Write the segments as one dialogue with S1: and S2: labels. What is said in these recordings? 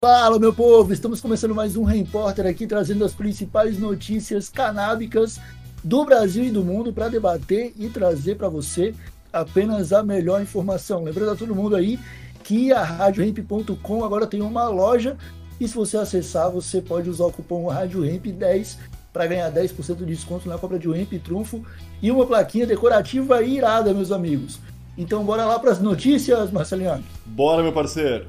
S1: Fala, meu povo! Estamos começando mais um Repórter aqui, trazendo as principais notícias canábicas do Brasil e do mundo para debater e trazer para você apenas a melhor informação. Lembrando a todo mundo aí que a RadioHemp.com agora tem uma loja e se você acessar, você pode usar o cupom RadioHemp10 para ganhar 10% de desconto na compra de um Hemp Trunfo e uma plaquinha decorativa irada, meus amigos. Então bora lá para as notícias, Marcelinho.
S2: Bora, meu parceiro!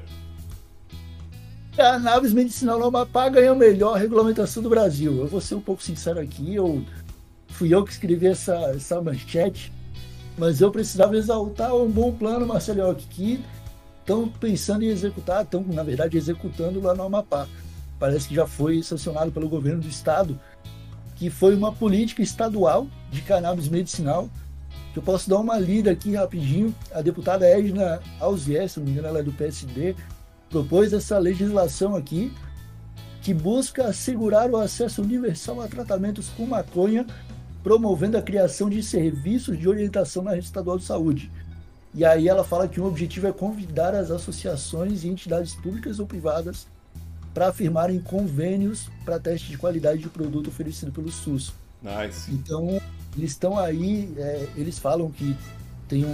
S1: Cannabis medicinal no Amapá ganha a melhor regulamentação do Brasil. Eu vou ser um pouco sincero aqui, fui eu que escrevi essa manchete, mas eu precisava exaltar um bom plano, Marcelo, que estão pensando em executar, estão, na verdade, executando lá no Amapá. Parece que já foi sancionado pelo governo do estado, que foi uma política estadual de cannabis medicinal, que eu posso dar uma lida aqui rapidinho. A deputada Edna Alzier, se não me engano, ela é do PSD, propôs essa legislação aqui, que busca assegurar o acesso universal a tratamentos com maconha, promovendo a criação de serviços de orientação na rede estadual de saúde. E aí ela fala que o objetivo é convidar as associações e entidades públicas ou privadas para firmarem convênios para teste de qualidade de produto oferecido pelo SUS.
S2: Nice.
S1: Então, eles estão aí, eles falam que tem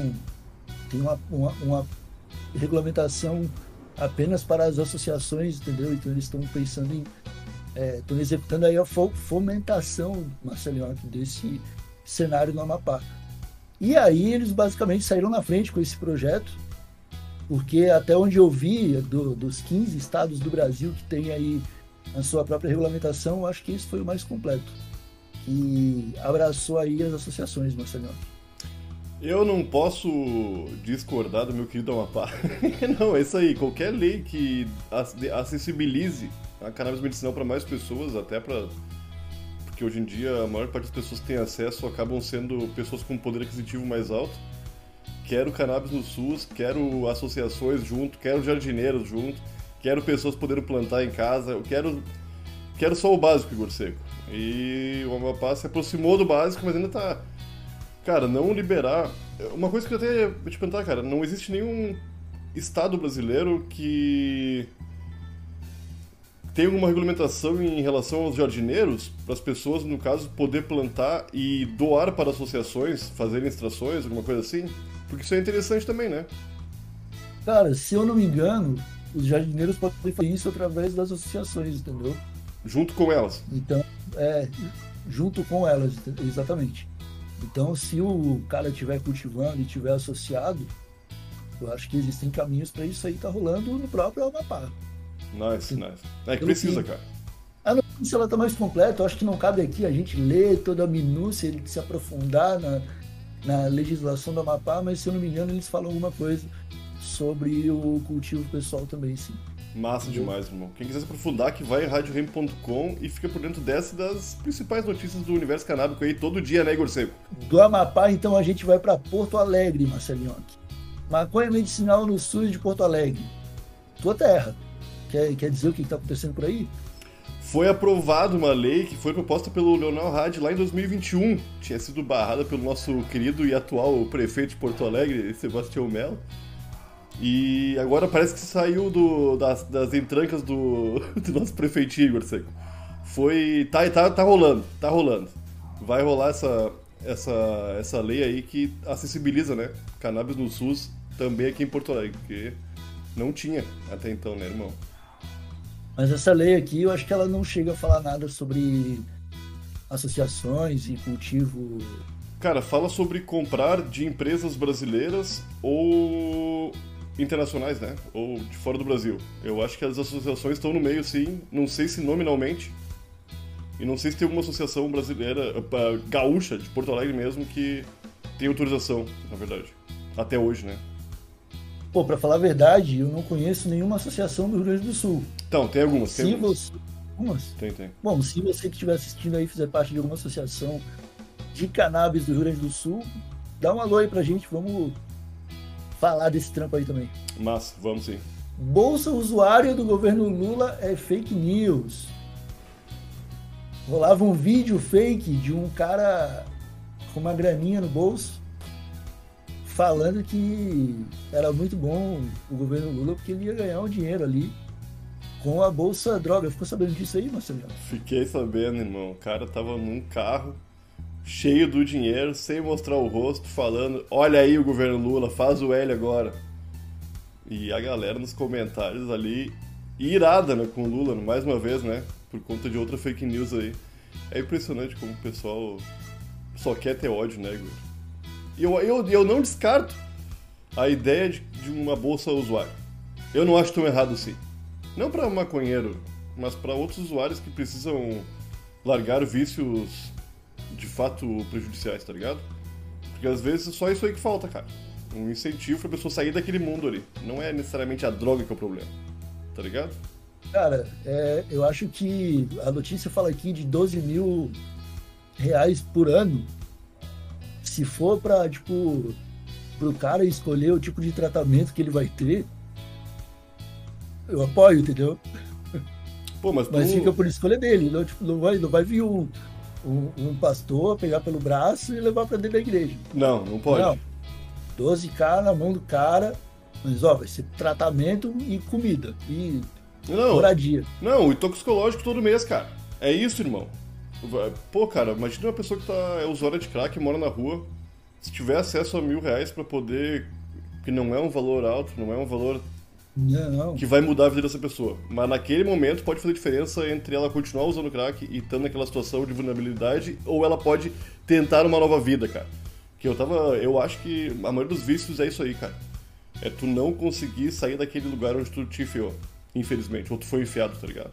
S1: uma regulamentação apenas para as associações, entendeu? Então eles estão pensando em, estão executando aí a fomentação, Marcelinho, desse cenário no Amapá. E aí eles basicamente saíram na frente com esse projeto, porque até onde eu vi, dos 15 estados do Brasil que tem aí a sua própria regulamentação, eu acho que esse foi o mais completo, que abraçou aí as associações, Marcelinho.
S2: Eu não posso discordar do meu querido Amapá. Não, é isso aí. Qualquer lei que acessibilize a cannabis medicinal para mais pessoas, até para... Porque hoje em dia a maior parte das pessoas que têm acesso acabam sendo pessoas com poder aquisitivo mais alto. Quero cannabis no SUS, quero associações junto, quero jardineiros junto, quero pessoas podendo plantar em casa, eu quero só o básico, Igor Seco. E o Amapá se aproximou do básico, mas ainda tá... Cara, não liberar... Uma coisa que eu até ia te perguntar, cara, não existe nenhum estado brasileiro que tem alguma regulamentação em relação aos jardineiros, para as pessoas, no caso, poder plantar e doar para associações, fazerem extrações, alguma coisa assim? Porque isso é interessante também, né?
S1: Cara, se eu não me engano, os jardineiros podem fazer isso através das associações, entendeu?
S2: Junto com elas.
S1: Então, junto com elas, exatamente. Então, se o cara estiver cultivando e estiver associado, eu acho que existem caminhos para isso aí tá rolando no próprio Amapá.
S2: Nice. É que precisa, cara.
S1: A notícia ela tá mais completa, eu acho que não cabe aqui a gente ler toda a minúcia e se aprofundar na legislação do Amapá, mas se eu não me engano eles falam alguma coisa sobre o cultivo pessoal também, sim.
S2: Massa demais, irmão. Quem quiser se aprofundar, que vai em radiohemp.com e fica por dentro das principais notícias do universo canábico aí todo dia, né, Igor Seco?
S1: Do Amapá, então, a gente vai para Porto Alegre, Marcelinho. Maconha medicinal no SUS de Porto Alegre. Tua terra. Quer dizer o que está acontecendo por aí?
S2: Foi aprovada uma lei que foi proposta pelo Leonel Hadi lá em 2021. Tinha sido barrada pelo nosso querido e atual prefeito de Porto Alegre, Sebastião Melo. E agora parece que saiu das entrancas do nosso prefeitinho, Igor Seco. Tá rolando. Vai rolar essa lei aí que acessibiliza, né? Cannabis no SUS também aqui em Porto Alegre, porque não tinha até então, né, irmão?
S1: Mas essa lei aqui, eu acho que ela não chega a falar nada sobre associações e cultivo.
S2: Cara, fala sobre comprar de empresas brasileiras ou internacionais, né? Ou de fora do Brasil. Eu acho que as associações estão no meio, sim. Não sei se nominalmente. E não sei se tem alguma associação brasileira, gaúcha, de Porto Alegre mesmo, que tem autorização, na verdade. Até hoje, né?
S1: Pô, pra falar a verdade, eu não conheço nenhuma associação do Rio Grande do Sul.
S2: Então, tem algumas.
S1: Algumas?
S2: Tem.
S1: Bom, se você que estiver assistindo aí fizer parte de alguma associação de cannabis do Rio Grande do Sul, dá um alô aí pra gente, vamos falar desse trampo aí também.
S2: Massa, vamos sim.
S1: Bolsa usuária do governo Lula é fake news. Rolava um vídeo fake de um cara com uma graninha no bolso falando que era muito bom o governo Lula porque ele ia ganhar um dinheiro ali com a bolsa droga. Ficou sabendo disso aí, Marcelo?
S2: Fiquei sabendo, irmão. O cara tava num carro cheio do dinheiro, sem mostrar o rosto, falando: olha aí o governo Lula, faz o L agora. E a galera nos comentários ali, irada, né, com o Lula, mais uma vez, né, por conta de outra fake news aí. É impressionante como o pessoal só quer ter ódio, né, Igor? E eu não descarto a ideia de uma bolsa usuário. Eu não acho tão errado assim. Não pra maconheiro, mas pra outros usuários que precisam largar vícios de fato prejudiciais, tá ligado? Porque às vezes é só isso aí que falta, cara. Um incentivo pra pessoa sair daquele mundo ali. Não é necessariamente a droga que é o problema, tá ligado?
S1: Cara, eu acho que a notícia fala aqui de 12 mil reais por ano. Se for pra, tipo, pro cara escolher o tipo de tratamento que ele vai ter, eu apoio, entendeu?
S2: Pô, mas
S1: Mas fica por escolha dele. Não, tipo, não vai vir um pastor pegar pelo braço e levar pra dentro da igreja.
S2: Não pode.
S1: Não. 12K na mão do cara, mas ó, vai ser tratamento e comida. E moradia.
S2: Não, e toxicológico todo mês, cara. É isso, irmão. Pô, cara, imagina uma pessoa que é usuária de crack e mora na rua, se tiver acesso a R$ 1.000 pra poder, que não é um valor alto, não é um valor
S1: Não.
S2: que vai mudar a vida dessa pessoa. Mas naquele momento pode fazer diferença entre ela continuar usando crack e estando naquela situação de vulnerabilidade, ou ela pode tentar uma nova vida, cara. Eu acho que a maioria dos vícios é isso aí, cara. É tu não conseguir sair daquele lugar onde tu te enfiou, infelizmente, ou tu foi enfiado, tá ligado?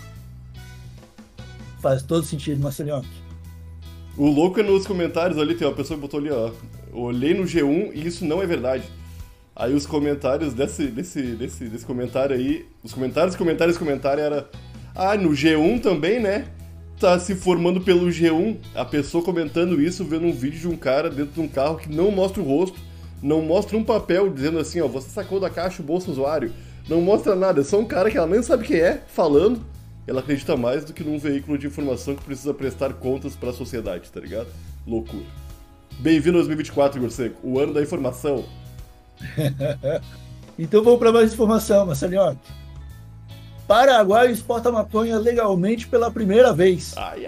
S1: Faz todo sentido, Marcelinho.
S2: O louco é nos comentários ali, tem uma pessoa que botou ali, ó. Olhei no G1 e isso não é verdade. Aí os comentários desse comentário aí. Os comentários era. Ah, no G1 também, né? Tá se formando pelo G1. A pessoa comentando isso, vendo um vídeo de um cara dentro de um carro que não mostra o rosto, não mostra um papel dizendo assim, ó, você sacou da caixa o bolso usuário. Não mostra nada, é só um cara que ela nem sabe quem é, falando. Ela acredita mais do que num veículo de informação que precisa prestar contas pra sociedade, tá ligado? Loucura. Bem-vindo a 2024, Igor Seco, o ano da informação.
S1: Então vamos para mais informação, Marcelinho. Paraguai exporta maconha legalmente pela primeira vez.
S2: Ai.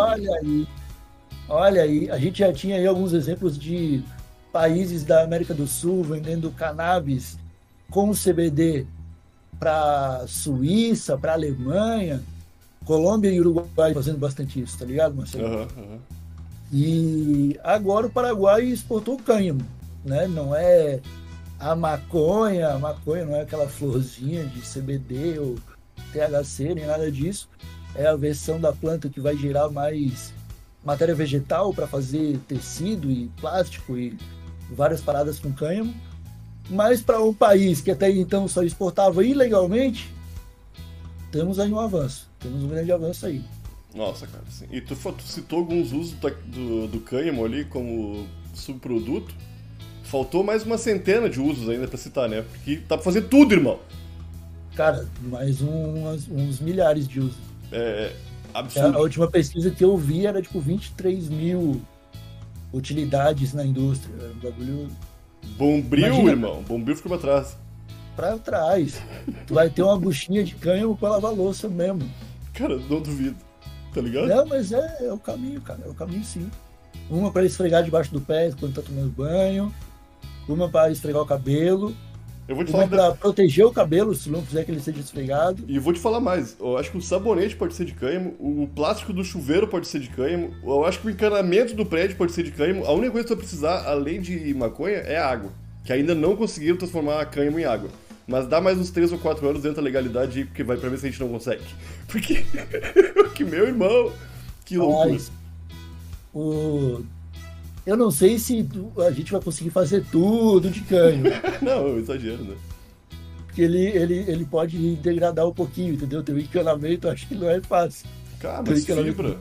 S1: Olha aí. A gente já tinha aí alguns exemplos de países da América do Sul vendendo cannabis com CBD para Suíça, para Alemanha, Colômbia e Uruguai fazendo bastante isso, tá ligado, Marcelo?
S2: Uhum.
S1: E agora o Paraguai exportou cânhamo, né? Não é a maconha não é aquela florzinha de CBD ou THC, nem nada disso. É a versão da planta que vai gerar mais matéria vegetal para fazer tecido e plástico e várias paradas com cânhamo. Mas para um país que até então só exportava ilegalmente, temos aí um avanço. Temos um grande avanço aí.
S2: Nossa, cara, sim. E tu citou alguns usos do cânhamo ali como subproduto. Faltou mais uma centena de usos ainda pra citar, né? Porque dá pra fazer tudo, irmão.
S1: Cara, mais uns milhares de usos.
S2: Absurdo.
S1: A última pesquisa que eu vi era tipo 23 mil utilidades na indústria. Um bagulho.
S2: Bombril,
S1: Imagina,
S2: irmão. Bombril ficou pra trás.
S1: Pra trás. Tu vai ter uma buchinha de cânhamo pra lavar louça mesmo.
S2: Cara, não duvido. Tá ligado?
S1: Não, mas é o caminho, cara. É o caminho, sim. Uma pra esfregar debaixo do pé quando tá tomando banho. Uma pra esfregar o cabelo.
S2: Eu vou te
S1: Uma
S2: falar
S1: pra proteger o cabelo, se não quiser que ele seja esfregado.
S2: E eu vou te falar mais. Eu acho que o sabonete pode ser de cânhamo, o plástico do chuveiro pode ser de cânhamo, eu acho que o encanamento do prédio pode ser de cânhamo. A única coisa que tu vai precisar, além de maconha, é a água. Que ainda não conseguiram transformar a cânhamo em água. Mas dá mais uns 3 ou 4 anos dentro da legalidade, porque vai pra ver se a gente não consegue. Porque... que meu irmão... Que loucura.
S1: Mas, eu não sei se a gente vai conseguir fazer tudo de cânhamo.
S2: Não, eu exagero, né?
S1: Porque ele pode degradar um pouquinho, entendeu? Tem um encanamento, acho que não é fácil.
S2: Cara, mas fibra...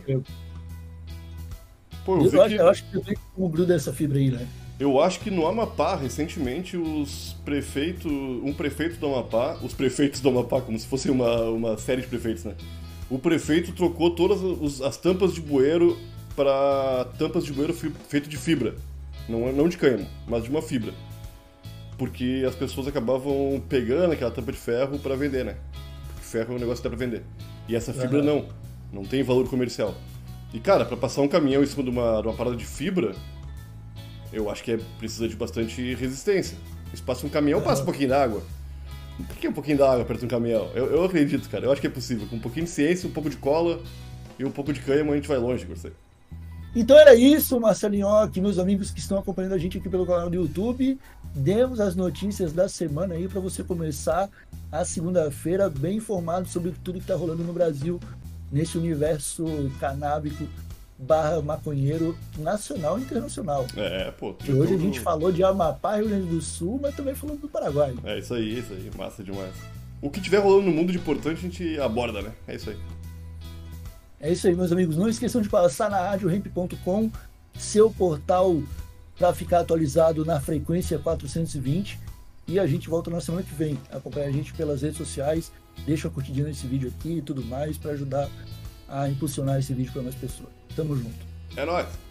S2: Pô,
S1: eu acho que também como gruda essa fibra aí, né?
S2: Eu acho que no Amapá, recentemente, um prefeito do Amapá, os prefeitos do Amapá, como se fosse uma série de prefeitos, né? O prefeito trocou todas as tampas de bueiro para tampas de bueiro feito de fibra. Não de cânhamo, mas de uma fibra. Porque as pessoas acabavam pegando aquela tampa de ferro para vender, né? ferro é um negócio que dá pra vender. E essa fibra não tem valor comercial. E, cara, pra passar um caminhão em cima de uma parada de fibra, eu acho que precisa de bastante resistência. Se passa um caminhão, passa um pouquinho d'água. Por que um pouquinho d'água perto de um caminhão? Eu acredito, cara. Eu acho que é possível. Com um pouquinho de ciência, um pouco de cola e um pouco de cânhamo, a gente vai longe, gostei.
S1: Então era isso, Marcelinho, aqui, meus amigos que estão acompanhando a gente aqui pelo canal do YouTube. Demos as notícias da semana aí para você começar a segunda-feira bem informado sobre tudo que está rolando no Brasil, nesse universo canábico / maconheiro nacional e internacional.
S2: Pô.
S1: E hoje a gente falou de Amapá, Rio Grande do Sul, mas também falando do Paraguai.
S2: É isso aí, massa demais. O que tiver rolando no mundo de importante a gente aborda, né? É isso aí.
S1: É isso aí, meus amigos. Não esqueçam de passar na radiohemp.com, seu portal para ficar atualizado na frequência 420. E a gente volta na semana que vem. Acompanhe a gente pelas redes sociais, deixa a curtidinha nesse vídeo aqui e tudo mais para ajudar a impulsionar esse vídeo para mais pessoas. Tamo junto.
S2: É nóis!